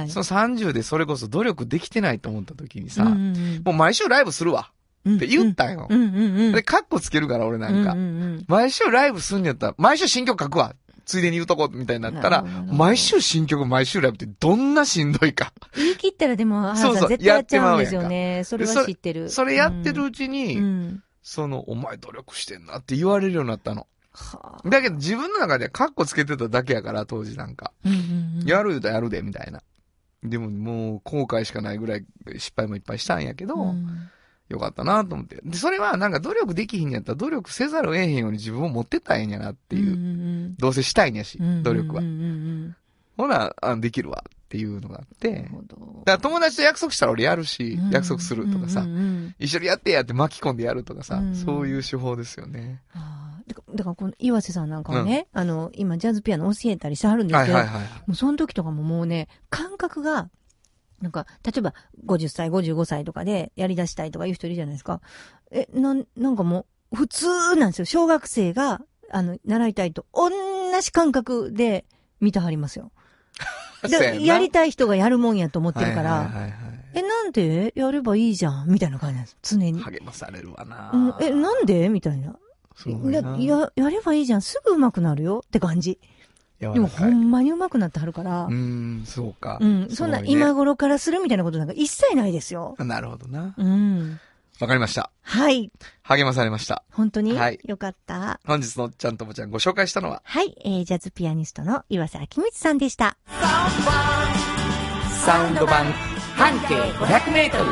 30でそれこそ努力できてないと思った時にさ、もう毎週ライブするわって言ったよ。で、カッコつけるから俺なんか、毎週ライブすんやったら、毎週新曲書くわついでに言うとこみたいになったら、毎週新曲、毎週ライブってどんなしんどいか。 言い切ったらでも、絶対やっちゃうんですよね。それは知ってる。 それやってるうちに、お前努力してんなって言われるようになったの。だけど自分の中でカッコつけてただけやから、当時なんか。やるだやるで、みたいな。でももう後悔しかないぐらい失敗もいっぱいしたんやけど、よかったなと思って。で、それはなんか努力できひんやったら努力せざるを得へんように自分を持ってったらええんやなっていう。どうせしたいんやし、努力は。ほな、できるわっていうのがあって。だから友達と約束したら俺やるし、約束するとかさ、一緒にやってやって巻き込んでやるとかさ、そういう手法ですよね。 だからこの岩瀬さんなんかはね、今ジャズピアノ教えたりしてはるんですけど、もうその時とかももうね、感覚が、なんか、例えば50歳、55歳とかでやり出したいとかいう人いるじゃないですか。なんかもう、普通なんですよ。小学生が、習いたいと、同じ感覚で見てはりますよ。でやりたい人がやるもんやと思ってるから、なんでやればいいじゃんみたいな感じなんです。常に。 励まされるわな。 なんでみたいな。やればいいじゃん。すぐ上手くなるよって感じ。でもほんまに上手くなってはるから。 そうか。 そんな今頃からするみたいなことなんか一切ないですよ。 なるほどな。わかりました。 はい。 励まされました。 本当によかった。 本日のちゃんともちゃんご紹介したのははい、ジャズピアニストの岩瀬明光さんでした。 サウンド版半径500メートル。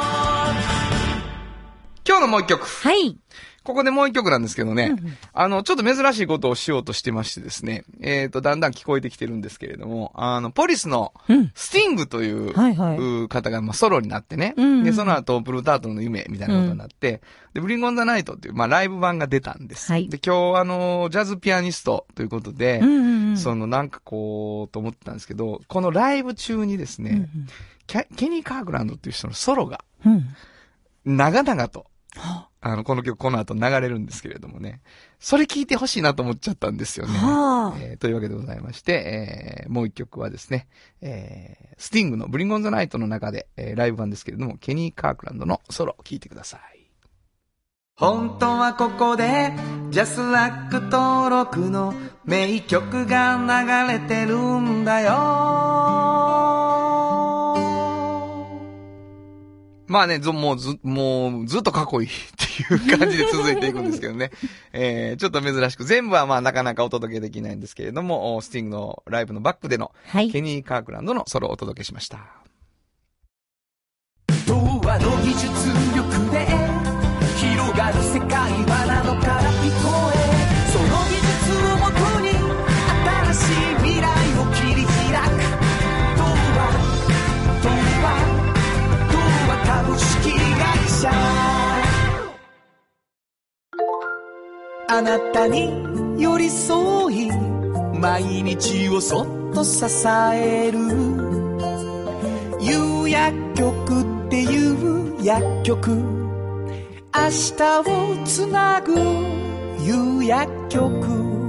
今日のもう一曲。 はい。 ここでもう一曲なんですけどね、ちょっと珍しいことをしようとしてましてですね、だんだん聞こえてきてるんですけれども、ポリスのスティングという方がソロになってね、で、その後、ブルータートルの夢みたいなことになって、で、ブリンゴンザナイトっていう、ライブ版が出たんです。で、今日ジャズピアニストということで、なんかこう、と思ってたんですけど、このライブ中にですね、ケニー・カークランドっていう人のソロが、長々と、この曲この後流れるんですけれどもね。それ聞いてほしいなと思っちゃったんですよね。というわけでございまして、もう一曲はですね、スティングのブリンゴンザナイトの中で、ライブ版ですけれども、ケニー・カークランドのソロを聞いてください。 本当はここでジャスラック登録の名曲が流れてるんだよ。 まあね、もうずっとかっこいいっていう感じで続いていくんですけどね。ちょっと珍しく、全部はなかなかお届けできないんですけれども、スティングのライブのバックでの、ケニー・カークランドのソロをお届けしました。 童話の技術力で広がる世界はなのから聞こえあなたに寄り添い毎日をそっと支える夕薬局っていう薬局明日をつなぐ夕薬局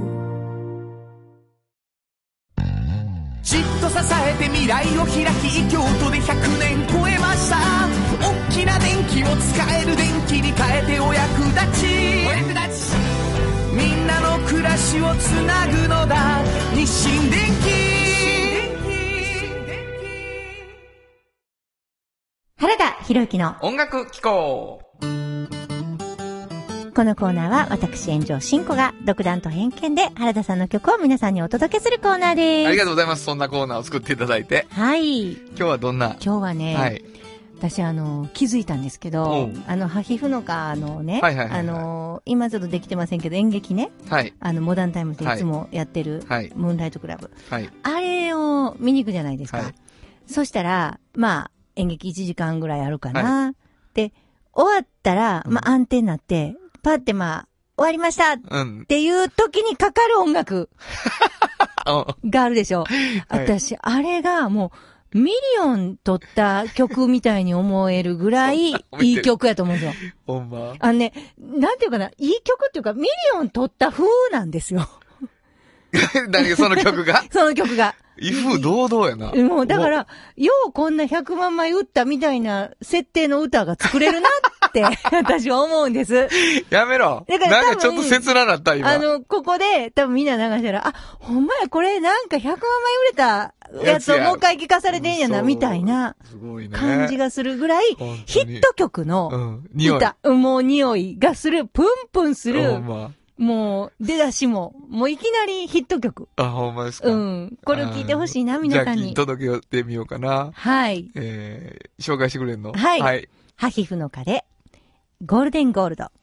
じっと支えて未来を開き京都で100年超えました大きな電気を使える電気に変えてお役立ちみんなの暮らしをつなぐのだ日清電気原田博之の音楽機構。 このコーナーは私炎上真子が独断と偏見で原田さんの曲を皆さんにお届けするコーナーです。 ありがとうございます。そんなコーナーを作っていただいて。 はい。 今日はどんな？ 今日はね、はい、私気づいたんですけど、ハヒフノカのね、今ちょっとできてませんけど演劇ね、はい、モダンタイムでいつもやってる、はい、ムーンライトクラブ、はい、あれを見に行くじゃないですか。はい、そしたらまあ演劇1時間ぐらいあるかな、はい、で終わったらまあ安定になって。パってまあ、終わりましたっていう時にかかる音楽があるでしょ。私、あれがもう、ミリオン撮った曲みたいに思えるぐらいいい曲やと思うんですよ。 ほんま。 なんていうかな、いい曲っていうか、ミリオン撮った風なんですよ。 何がその曲がその曲が。 威風堂々やな。 もうだから、ようこんな100万枚打ったみたいな設定の歌が作れるなって私は思うんです。 やめろ。なんかちょっと切ななった今。 ここで多分みんな流したら、あ、ほんまやこれなんか100万枚売れたやつをもう一回聞かされてんやなみたいな感じがするぐらい、ヒット曲の歌、もう匂いがする、プンプンする。もう、出だしも、もういきなりヒット曲。 あ、ほんまですか。 うん。これを聞いてほしいな、皆さんに。 じゃあ、届けてみようかな。 はい。 紹介してくれんの？ はい。はい。ハヒフノカで、ゴールデンゴールド。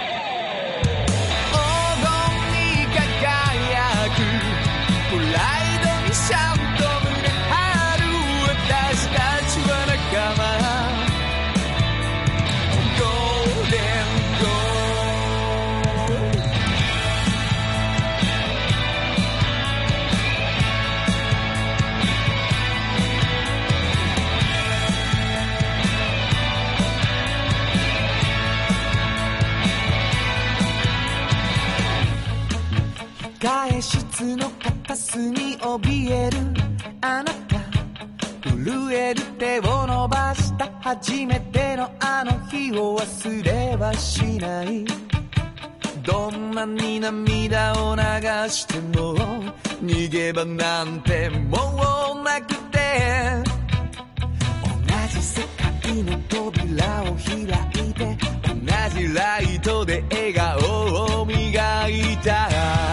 控え室の片隅怯えるあなた震える手を伸ばした初めてのあの日を忘れはしないどんなに涙を流しても逃げ場なんてもうなくて同じ世界の扉を開いて同じライトで笑顔を磨いた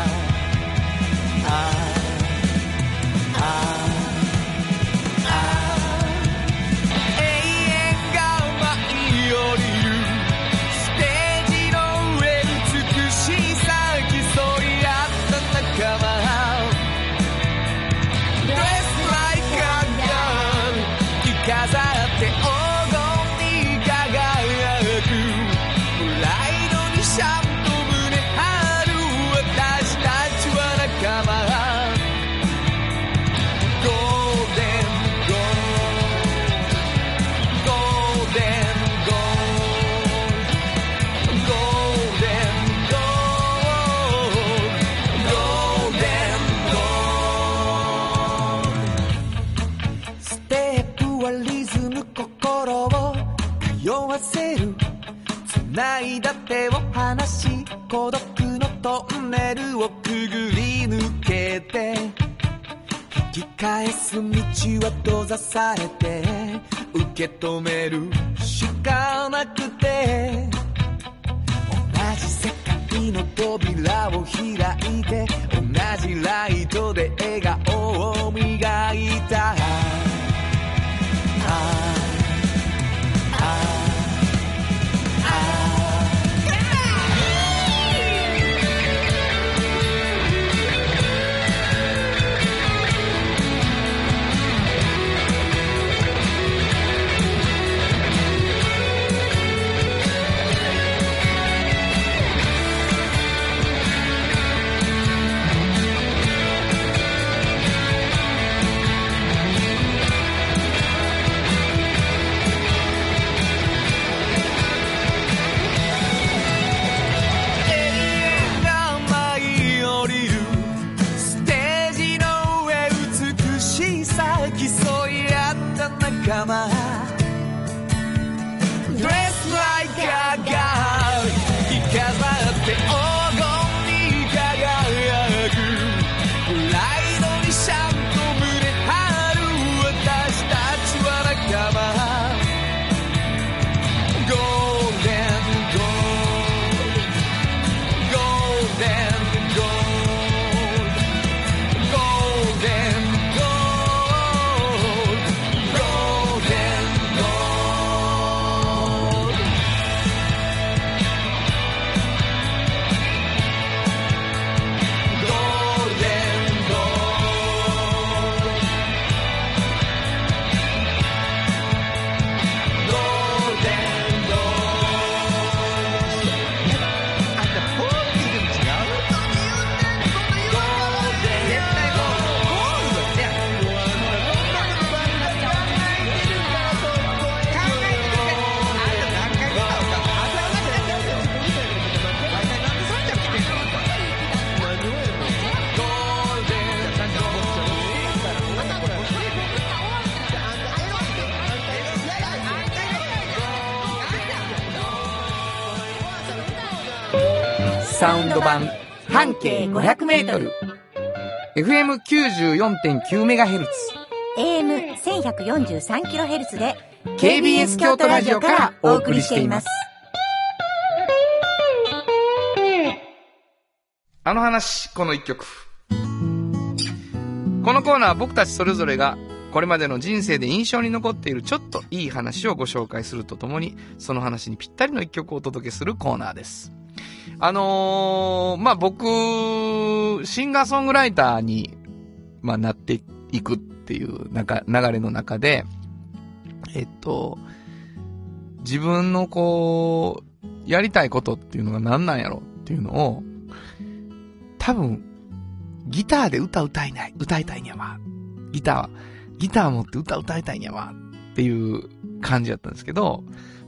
繋いだ手を離し孤独のトンネルをくぐり抜けて引き返す道は閉ざされて受け止めるしかなくて同じ世界の扉を開いて同じライトで笑顔を磨いた仲間 Dress like a girl 着飾って黄金に輝くプライドにシャンと胸張る私たちは仲間サウンド版半径500メートル FM94.9 メガヘルツ AM1143 キロヘルツで KBS 京都ラジオからお送りしています。 あの話この一曲。このコーナーは僕たちそれぞれがこれまでの人生で印象に残っているちょっといい話をご紹介するとともに、その話にぴったりの一曲をお届けするコーナーです。僕、シンガーソングライターに、なっていくっていう流れの中で、自分のやりたいことっていうのが何なんやろっていうのを、多分、ギターで歌いたいんやわ。ギター持って歌いたいんやわ。っていう感じだったんですけど、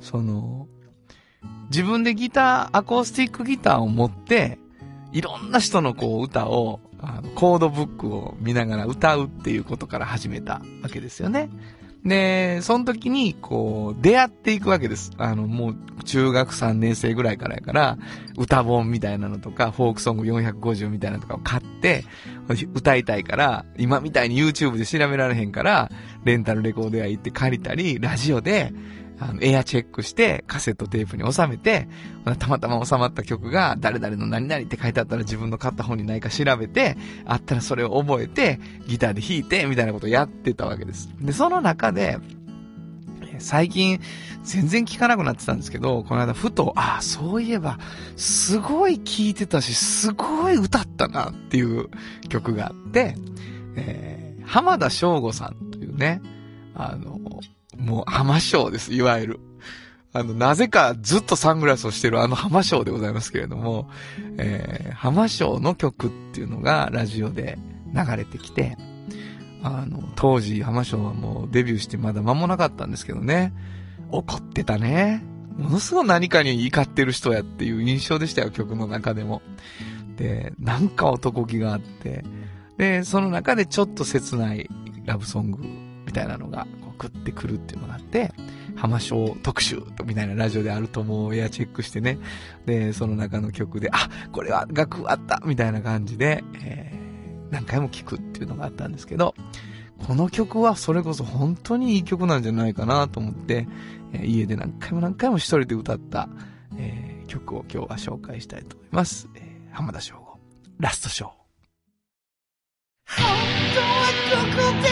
自分でアコースティックギターを持って、いろんな人の歌を、コードブックを見ながら歌うっていうことから始めたわけですよね。で、その時に、出会っていくわけです。もう、中学3年生ぐらいからやから、歌本みたいなのとか、フォークソング450みたいなのとかを買って、歌いたいから、今みたいに YouTube で調べられへんから、レンタルレコード屋行って借りたり、ラジオで、エアチェックして、カセットテープに収めて、たまたま収まった曲が、誰々の何々って書いてあったら自分の買った本にないか調べて、あったらそれを覚えて、ギターで弾いて、みたいなことをやってたわけです。で、その中で、最近、全然聴かなくなってたんですけど、この間ふと、そういえば、すごい聴いてたし、すごい歌ったなっていう曲があって、浜田省吾さんというね、もう浜省です、いわゆる。なぜかずっとサングラスをしてる浜省でございますけれども、浜省の曲っていうのがラジオで流れてきて、当時浜省はもうデビューしてまだ間もなかったんですけどね、怒ってたね。ものすごい何かに怒ってる人やっていう印象でしたよ、曲の中でも。で、なんか男気があって、で、その中でちょっと切ないラブソングみたいなのがグッてくるっていうのがあって、浜省特集みたいなラジオであるともうエアチェックしてね、で、その中の曲で、これは楽あったみたいな感じで、何回も聴くっていうのがあったんですけど、この曲はそれこそ本当にいい曲なんじゃないかなと思って、家で何回も一人で歌った、曲を今日は紹介したいと思います。浜田省吾、ラストショー。 本当はここで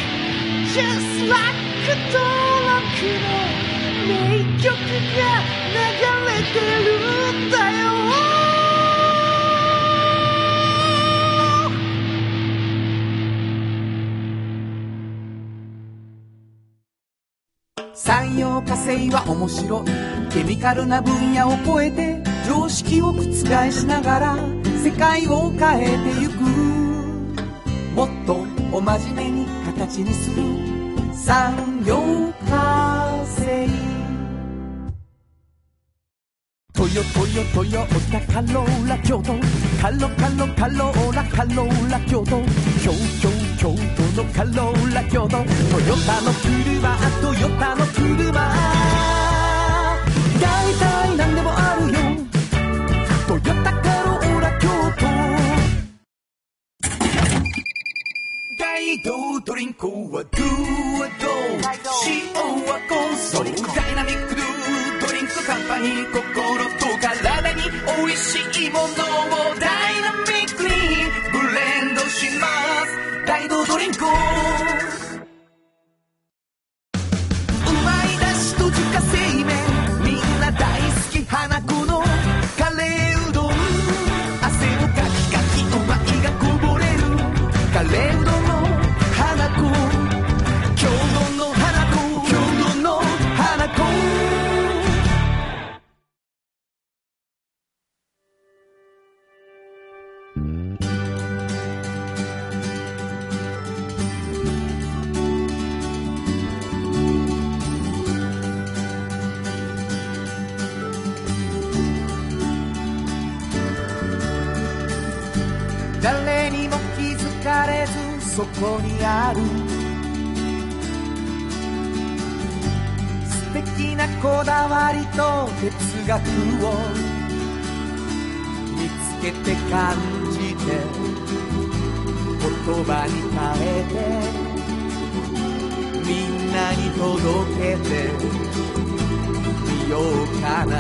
Just like 登録の名曲が流れてるんだよ。産業化成は面白い。ケミカルな分野を超えて常識を覆しながら世界を変えてゆく。もっとお真面目に形にする産業化成。トヨタカローラ京都、カローラ京都、京京都のカローラ京都、トヨタの車、トヨタの車、大体何でもあるよ、トヨタカローラ京都。大道ドリンクはドゥはドゥ、塩はコンソー、ダイナミックドゥドリンクカンパニー、心と体に美味しいものをダイナミックにブレンドします。大道ドリンク、うまいだしと自家製麺、みんな大好き花子のカレーうどん、汗をかきかきうまいがこぼれるカレーうどんの花子、京都の花子、京都の花子。誰にも気づかれずそこにある素敵なこだわりと哲学を見つけて感じて言葉に変えてみんなに届けてみようかな。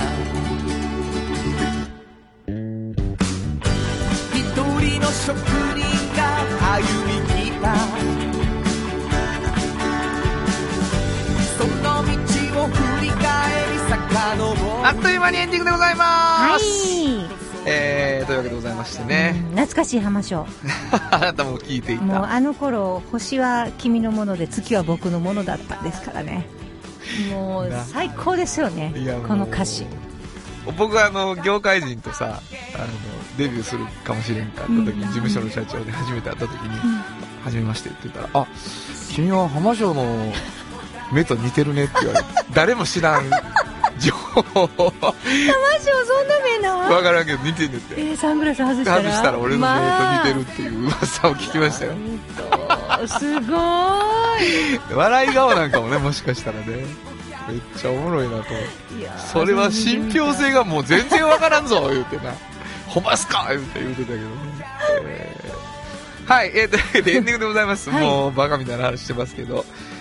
職人が歩み来たその道を振り返り遡る。 あっという間にエンディングでございます。 はい、 というわけでございましてね、 懐かしい浜章あなたも聞いていた。 もうあの頃星は君のもので月は僕のものだったんですからね。もう最高ですよねこの歌詞。 僕は業界人とさデビューするかもしれんかった時に、事務所の社長で初めて会った時に、はじめましてって言ったら、あ、君は浜章の目と似てるねって言われて誰も知らん情報浜章そんな目な分からんけど似てんねって、 サングラス外したら俺の目と似てるっていう噂を聞きましたよ、 すごーい笑い顔なんかもね、もしかしたらねめっちゃおもろいなと。それは信憑性がもう全然わからんぞ言うてなほんますか言うてたけどね、はい、というわけでエンディングでございます、はい、もうバカみたいな話してますけど、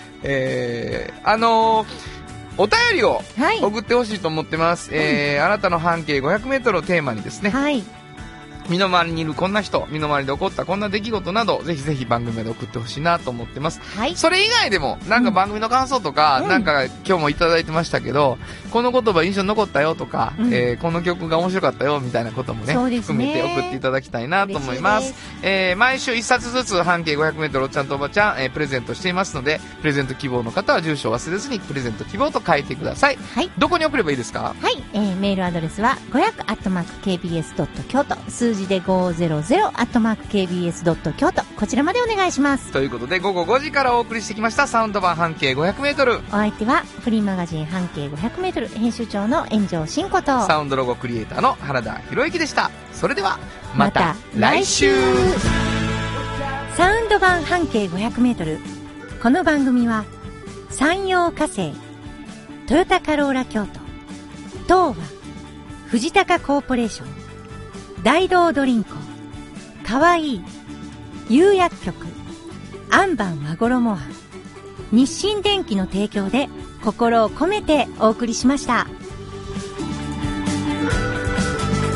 お便りを送ってほしいと思ってます、あなたの半径 500m をテーマにですね、はい、身の回りにいるこんな人、身の回りで起こったこんな出来事など、ぜひぜひ番組まで送ってほしいなと思ってます、はい、それ以外でもなんか番組の感想とか、なんか今日もいただいてましたけど、この言葉印象に残ったよとか、この曲が面白かったよみたいなこともね、含めて送っていただきたいなと思います。毎週1冊ずつ半径 500m おっちゃんとおばちゃん、プレゼントしていますので、プレゼント希望の方は住所を忘れずにプレゼント希望と書いてください、はい、どこに送ればいいですか？ はい、メールアドレスは 500@kbs. 京都、数字で500@kbs. 京都、こちらまでお願いします。 ということで午後5時からお送りしてきましたサウンド版半径 500m。 お相手はフリーマガジン半径 500m 編集長の炎上真子とサウンドロゴクリエイターの原田博之でした。それではまた来週。 サウンド版半径 500m、 この番組は山陽火星、トヨタカローラ京都、東和、藤高コーポレーション、大道ドリンク、かわいい、釉薬局、アンバン和衣庵、日清電機の提供で心を込めてお送りしました。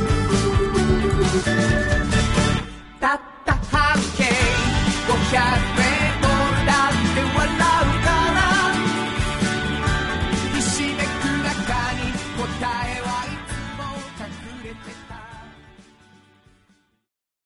たった半径500